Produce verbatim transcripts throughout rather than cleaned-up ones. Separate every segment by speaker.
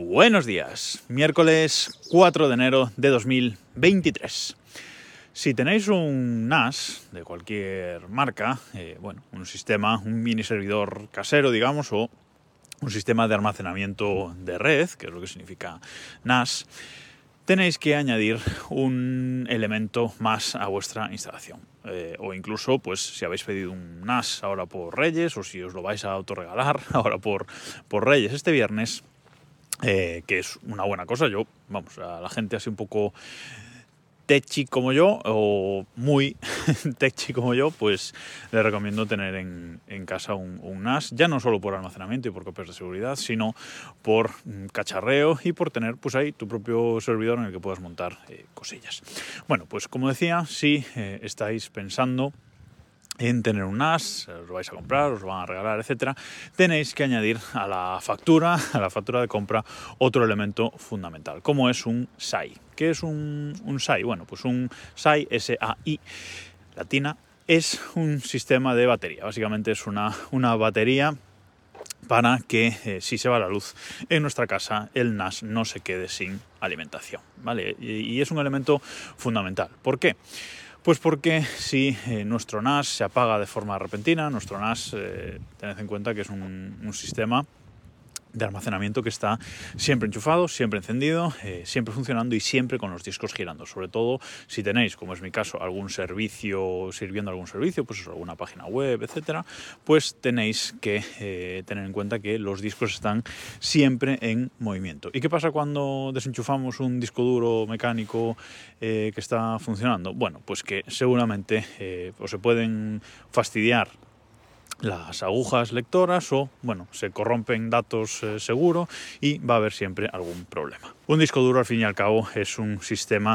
Speaker 1: Buenos días, miércoles cuatro de enero de dos mil veintitrés. Si tenéis un N A S de cualquier marca, eh, bueno, un sistema, un mini servidor casero, digamos, o un sistema de almacenamiento de red, que es lo que significa N A S, tenéis que añadir un elemento más a vuestra instalación. Eh, o incluso, pues, si habéis pedido un N A S ahora por Reyes, o si os lo vais a autorregalar ahora por, por Reyes este viernes, eh, que es una buena cosa. Yo, vamos, a la gente así un poco techi como yo, o muy techi como yo, pues le recomiendo tener en, en casa un, un N A S, ya no solo por almacenamiento y por copias de seguridad, sino por cacharreo y por tener pues ahí tu propio servidor en el que puedas montar eh, cosillas. Bueno, pues como decía, si eh, estáis pensando en tener un N A S, os lo vais a comprar, os lo van a regalar, etcétera, tenéis que añadir a la factura, a la factura de compra, otro elemento fundamental, como es un S A I. ¿Qué es un, un S A I? Bueno, pues un S A I, S A I, latina, es un sistema de batería. Básicamente es una, una batería para que eh, si se va la luz en nuestra casa, el N A S no se quede sin alimentación, ¿vale? Y, y es un elemento fundamental. ¿Por qué? Pues porque si eh, nuestro N A S se apaga de forma repentina, nuestro N A S, eh, tened en cuenta que es un, un sistema de almacenamiento que está siempre enchufado, siempre encendido, eh, siempre funcionando y siempre con los discos girando. Sobre todo si tenéis, como es mi caso, algún servicio, sirviendo algún servicio, pues eso, alguna página web, etcétera, pues tenéis que eh, tener en cuenta que los discos están siempre en movimiento. ¿Y qué pasa cuando desenchufamos un disco duro mecánico eh, que está funcionando? Bueno, pues que seguramente eh, o se pueden fastidiar las agujas lectoras o, bueno, se corrompen datos eh, seguro y va a haber siempre algún problema. Un disco duro, al fin y al cabo, es un sistema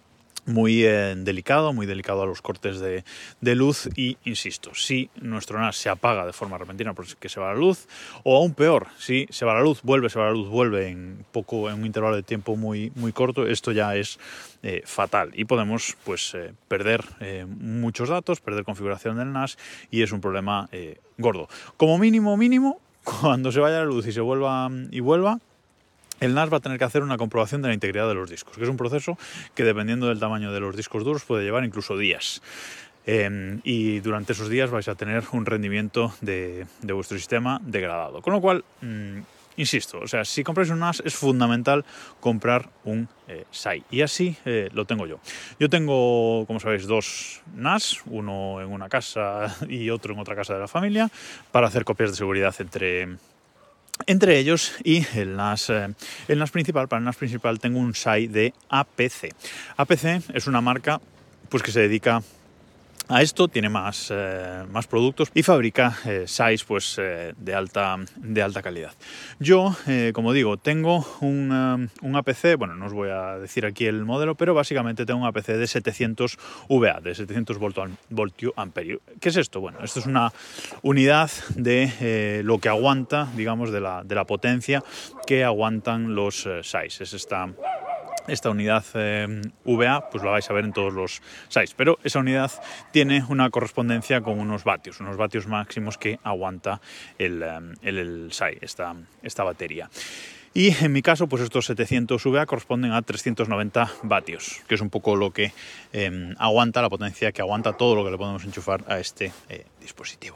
Speaker 1: muy eh, delicado, muy delicado a los cortes de, de luz y, insisto, si nuestro N A S se apaga de forma repentina porque se va la luz, o aún peor, si se va la luz, vuelve, se va la luz, vuelve en poco, en un intervalo de tiempo muy, muy corto, esto ya es eh, fatal y podemos pues eh, perder eh, muchos datos, perder configuración del N A S y es un problema eh, gordo. Como mínimo, mínimo, cuando se vaya la luz y se vuelva y vuelva, el N A S va a tener que hacer una comprobación de la integridad de los discos, que es un proceso que, dependiendo del tamaño de los discos duros, puede llevar incluso días. Eh, y durante esos días vais a tener un rendimiento de, de vuestro sistema degradado. Con lo cual, mmm, insisto, o sea, si compráis un N A S es fundamental comprar un eh, S A I. Y así eh, lo tengo yo. Yo tengo, como sabéis, dos N A S, uno en una casa y otro en otra casa de la familia, para hacer copias de seguridad entre... entre ellos, y el N A S, eh, el N A S principal, para el N A S principal tengo un S A I de A P C. A P C es una marca pues, que se dedica a esto, tiene más, eh, más productos y fabrica eh, S A Is pues, eh, de, alta, de alta calidad. Yo, eh, como digo, tengo un, um, un A P C, bueno, no os voy a decir aquí el modelo, pero básicamente tengo un A P C de setecientos voltios, de setecientos voltios amperios. ¿Qué es esto? Bueno, esto es una unidad de eh, lo que aguanta, digamos, de la, de la potencia que aguantan los eh, S A Is. Es esta... Esta unidad eh, V A, pues la vais a ver en todos los S A Is, pero esa unidad tiene una correspondencia con unos vatios, unos vatios máximos que aguanta el, el, el S A I, esta, esta batería. Y en mi caso, pues estos setecientos V A corresponden a trescientos noventa vatios, que es un poco lo que eh, aguanta la potencia, que aguanta todo lo que le podemos enchufar a este eh, dispositivo.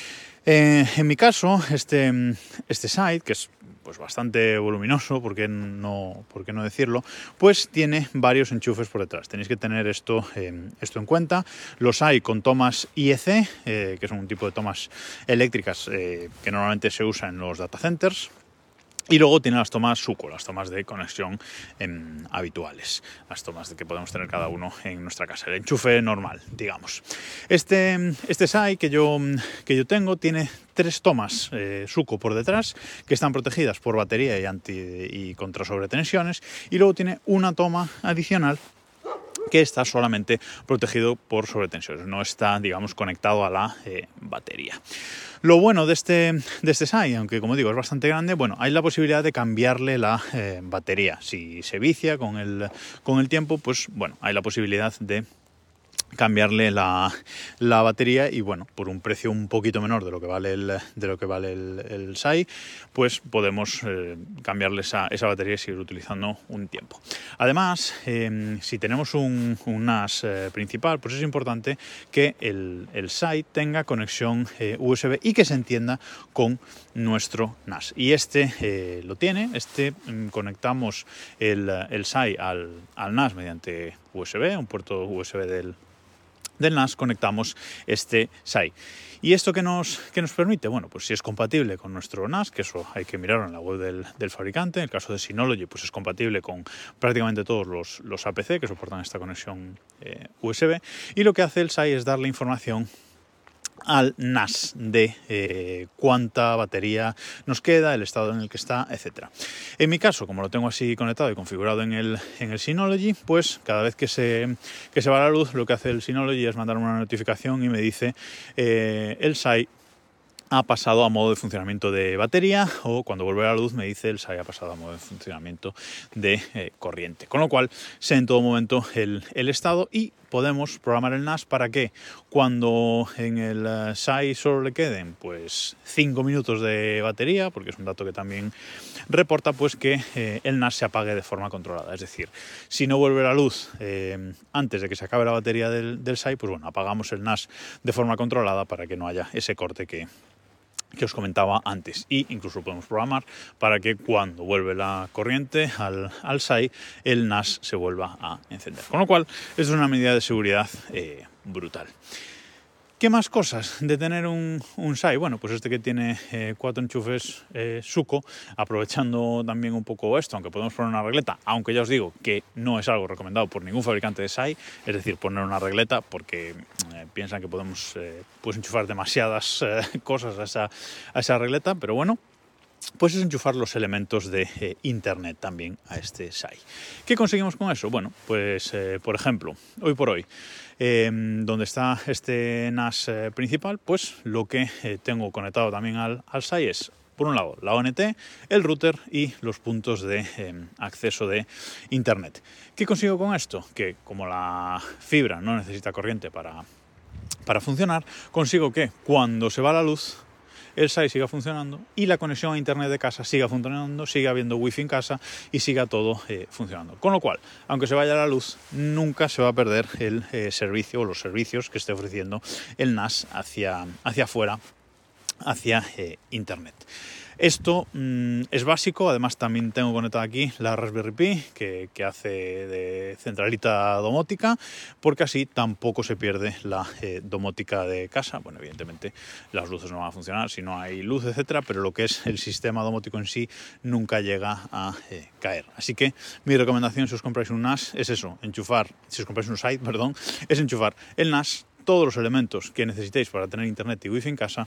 Speaker 1: Eh, en mi caso, este, este S A I, que es pues bastante voluminoso, ¿por qué no, por qué no decirlo? Pues tiene varios enchufes por detrás. Tenéis que tener esto, eh, esto en cuenta. Los hay con tomas I E C, eh, que son un tipo de tomas eléctricas eh, que normalmente se usa en los data centers. Y luego tiene las tomas SUCO, las tomas de conexión eh, habituales, las tomas de que podemos tener cada uno en nuestra casa, el enchufe normal, digamos. Este, este S A I que yo, que yo tengo tiene tres tomas eh, SUCO por detrás que están protegidas por batería y, anti, y contra sobretensiones, y luego tiene una toma adicional que está solamente protegido por sobretensiones, no está, digamos, conectado a la eh, batería. Lo bueno de este, de este S A I, aunque como digo es bastante grande, bueno, hay la posibilidad de cambiarle la eh, batería. Si se vicia con el, con el tiempo, pues bueno, hay la posibilidad de cambiarle la, la batería y bueno, por un precio un poquito menor de lo que vale el, de lo que vale el, el S A I, pues podemos eh, cambiarle esa, esa batería y seguir utilizando un tiempo. Además, eh, si tenemos un, un N A S eh, principal, pues es importante que el, el S A I tenga conexión eh, U S B y que se entienda con nuestro N A S. Y este eh, lo tiene, este mm, conectamos el, el S A I al, al N A S mediante U S B, un puerto U S B del del N A S, conectamos este S A I. ¿Y esto qué nos, qué nos permite? Bueno, pues si es compatible con nuestro N A S, que eso hay que mirarlo en la web del, del fabricante. En el caso de Synology, pues es compatible con prácticamente todos los, los A P C que soportan esta conexión eh, U S B. Y lo que hace el S A I es darle información al N A S de eh, cuánta batería nos queda, el estado en el que está, etcétera. En mi caso, como lo tengo así conectado y configurado en el, en el Synology, pues cada vez que se, que se va la luz, lo que hace el Synology es mandarme una notificación y me dice eh, el S A I ha pasado a modo de funcionamiento de batería, o cuando vuelve la luz me dice el S A I ha pasado a modo de funcionamiento de eh, corriente. Con lo cual sé en todo momento el, el estado y podemos programar el N A S para que cuando en el uh, S A I solo le queden pues cinco minutos de batería, porque es un dato que también reporta, pues que eh, el N A S se apague de forma controlada. Es decir, si no vuelve la luz eh, antes de que se acabe la batería del, del S A I, pues bueno, apagamos el N A S de forma controlada para que no haya ese corte que que os comentaba antes, y incluso podemos programar para que cuando vuelve la corriente al, al S A I el N A S se vuelva a encender, con lo cual es una medida de seguridad eh, brutal. ¿Qué más cosas de tener un, un S A I? Bueno, pues este que tiene eh, cuatro enchufes eh, Suco, aprovechando también un poco esto, aunque podemos poner una regleta, aunque ya os digo que no es algo recomendado por ningún fabricante de S A I, es decir, poner una regleta porque eh, piensan que podemos eh, pues enchufar demasiadas eh, cosas a esa, a esa regleta, pero bueno, pues es enchufar los elementos de eh, internet también a este S A I. ¿Qué conseguimos con eso? Bueno, pues eh, por ejemplo, hoy por hoy, eh, donde está este N A S eh, principal, pues lo que eh, tengo conectado también al, al S A I es, por un lado, la O N T, el router y los puntos de eh, acceso de internet. ¿Qué consigo con esto? Que como la fibra no necesita corriente para, para funcionar, consigo que cuando se va la luz, el S A I siga funcionando y la conexión a internet de casa siga funcionando, siga habiendo wifi en casa y siga todo eh, funcionando. Con lo cual, aunque se vaya la luz, nunca se va a perder el eh, servicio o los servicios que esté ofreciendo el N A S hacia, hacia afuera, hacia eh, internet. Esto mmm, es básico. Además también tengo conectada aquí la Raspberry Pi que, que hace de centralita domótica, porque así tampoco se pierde la eh, domótica de casa. Bueno, evidentemente las luces no van a funcionar si no hay luz, etcétera, pero lo que es el sistema domótico en sí nunca llega a eh, caer. Así que mi recomendación si os compráis un N A S es eso, enchufar, si os compráis un S A I, perdón, es enchufar el N A S, todos los elementos que necesitéis para tener internet y wifi en casa,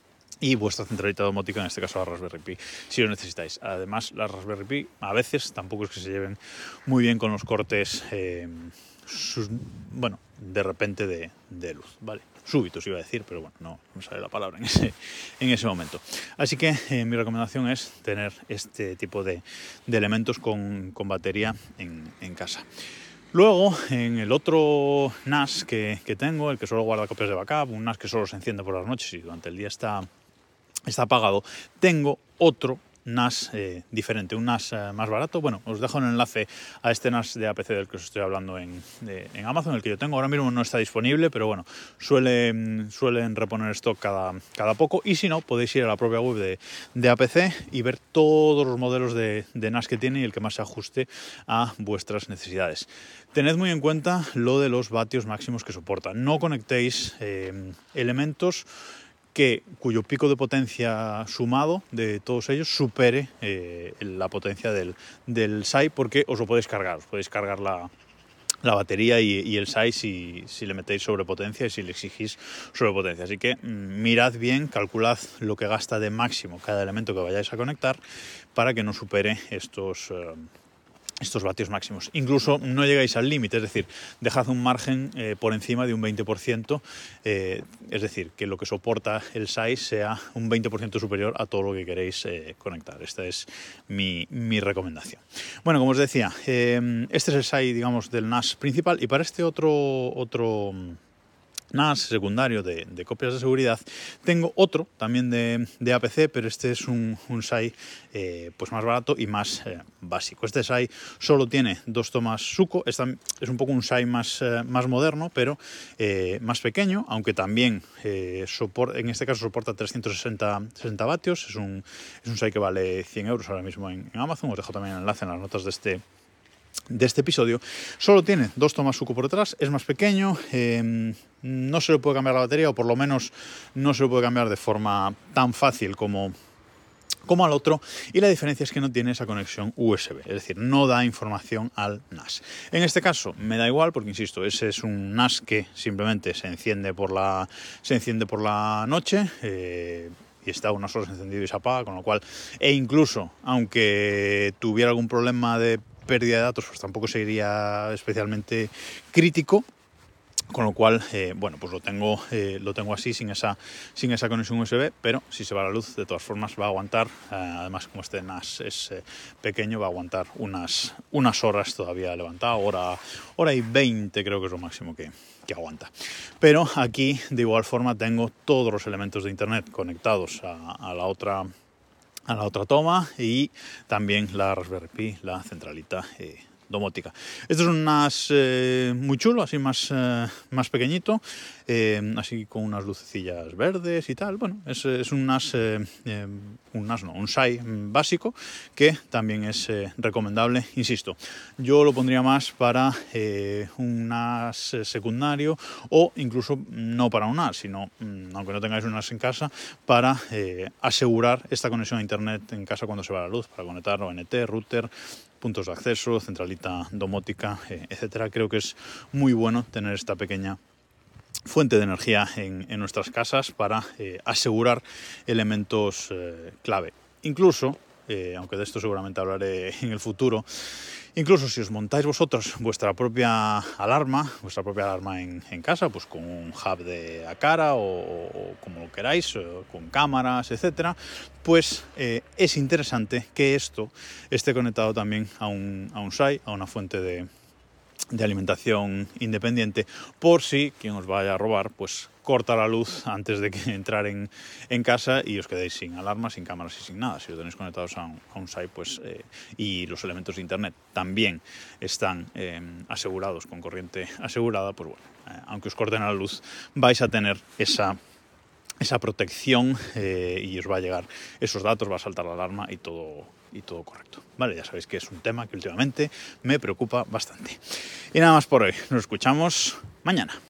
Speaker 1: y vuestra centralita domótica, en este caso la Raspberry Pi, si lo necesitáis. Además, la Raspberry Pi a veces tampoco es que se lleven muy bien con los cortes, eh, sus, bueno, de repente de, de luz, ¿vale? Súbitos iba a decir, pero bueno, no me sale la palabra en ese, en ese momento. Así que eh, mi recomendación es tener este tipo de, de elementos con, con batería en, en casa. Luego, en el otro N A S que, que tengo, el que solo guarda copias de backup, un N A S que solo se enciende por las noches y durante el día está, está apagado, tengo otro N A S eh, diferente, un N A S eh, más barato. Bueno, os dejo un enlace a este N A S de A P C del que os estoy hablando en, de, en Amazon, el que yo tengo. Ahora mismo no está disponible, pero bueno, suelen, suelen reponer stock cada, cada poco, y si no, podéis ir a la propia web de, de A P C y ver todos los modelos de, de N A S que tiene y el que más se ajuste a vuestras necesidades. Tened muy en cuenta lo de los vatios máximos que soporta. No conectéis eh, elementos que, cuyo pico de potencia sumado de todos ellos supere eh, la potencia del, del S A I, porque os lo podéis cargar, os podéis cargar la, la batería y, y el S A I si, si le metéis sobrepotencia y si le exigís sobrepotencia. Así que mmm, mirad bien, calculad lo que gasta de máximo cada elemento que vayáis a conectar para que no supere estos, eh, estos vatios máximos. Incluso no llegáis al límite, es decir, dejad un margen eh, por encima de un veinte por ciento, eh, es decir, que lo que soporta el S A I sea un veinte por ciento superior a todo lo que queréis eh, conectar. Esta es mi, mi recomendación. Bueno, como os decía, eh, este es el S A I, digamos, del N A S principal, y para este otro... otro N A S secundario de, de copias de seguridad tengo otro también de, de A P C, pero este es un, un S A I eh, pues más barato y más eh, básico. Este S A I solo tiene dos tomas Suco, Esta es un poco un S A I más, eh, más moderno, pero eh, más pequeño, aunque también eh, soporta, en este caso soporta trescientos sesenta vatios. Es un, es un S A I que vale cien euros ahora mismo en, en Amazon. Os dejo también el enlace en las notas de este de este episodio. Solo tiene dos tomas Suco por detrás, es más pequeño, eh, no se le puede cambiar la batería, o por lo menos no se le puede cambiar de forma tan fácil como, como al otro, y la diferencia es que no tiene esa conexión U S B, es decir, no da información al N A S. En este caso me da igual porque, insisto, ese es un N A S que simplemente se enciende por la, se enciende por la noche, eh, y está unas horas encendido y se apaga, con lo cual, e incluso aunque tuviera algún problema de pérdida de datos, pues tampoco sería especialmente crítico, con lo cual, eh, bueno, pues lo tengo, eh, lo tengo así, sin esa, sin esa conexión U S B, pero si se va la luz, de todas formas va a aguantar, eh, además como este N A S es eh, pequeño, va a aguantar unas, unas horas todavía levantado, hora, hora y veinte creo que es lo máximo que, que aguanta. Pero aquí, de igual forma, tengo todos los elementos de internet conectados a, a la otra a la otra toma, y también la Raspberry Pi, la centralita eh, domótica. Esto es un N A S eh, muy chulo, así más, eh, más pequeñito, eh, así con unas lucecillas verdes y tal. Bueno, es, es un N A S, eh, eh, un N A S no, un S A I básico, que también es eh, recomendable. Insisto, yo lo pondría más para eh, un N A S secundario, o incluso no para un N A S, sino, aunque no tengáis un N A S en casa, para eh, asegurar esta conexión a internet en casa cuando se va la luz, para conectar O N T, router, puntos de acceso, centralita domótica, eh, etcétera. Creo que es muy bueno tener esta pequeña fuente de energía en, en nuestras casas para eh, asegurar elementos eh, clave. Incluso, eh, aunque de esto seguramente hablaré en el futuro, incluso si os montáis vosotros vuestra propia alarma, vuestra propia alarma en, en casa, pues con un hub de Aqara o, o como lo queráis, con cámaras, etcétera, pues eh, es interesante que esto esté conectado también a un, a un S A I, a una fuente de, de alimentación independiente, por si quien os vaya a robar, pues corta la luz antes de que entrar en, en casa y os quedéis sin alarma, sin cámaras y sin nada. Si lo tenéis conectados a un, a un S A I, pues, eh, y los elementos de internet también están eh, asegurados con corriente asegurada, pues bueno, eh, aunque os corten la luz, vais a tener esa esa protección eh, y os va a llegar esos datos, va a saltar la alarma y todo, y todo correcto. Vale, ya sabéis que es un tema que últimamente me preocupa bastante. Y nada más por hoy, nos escuchamos mañana.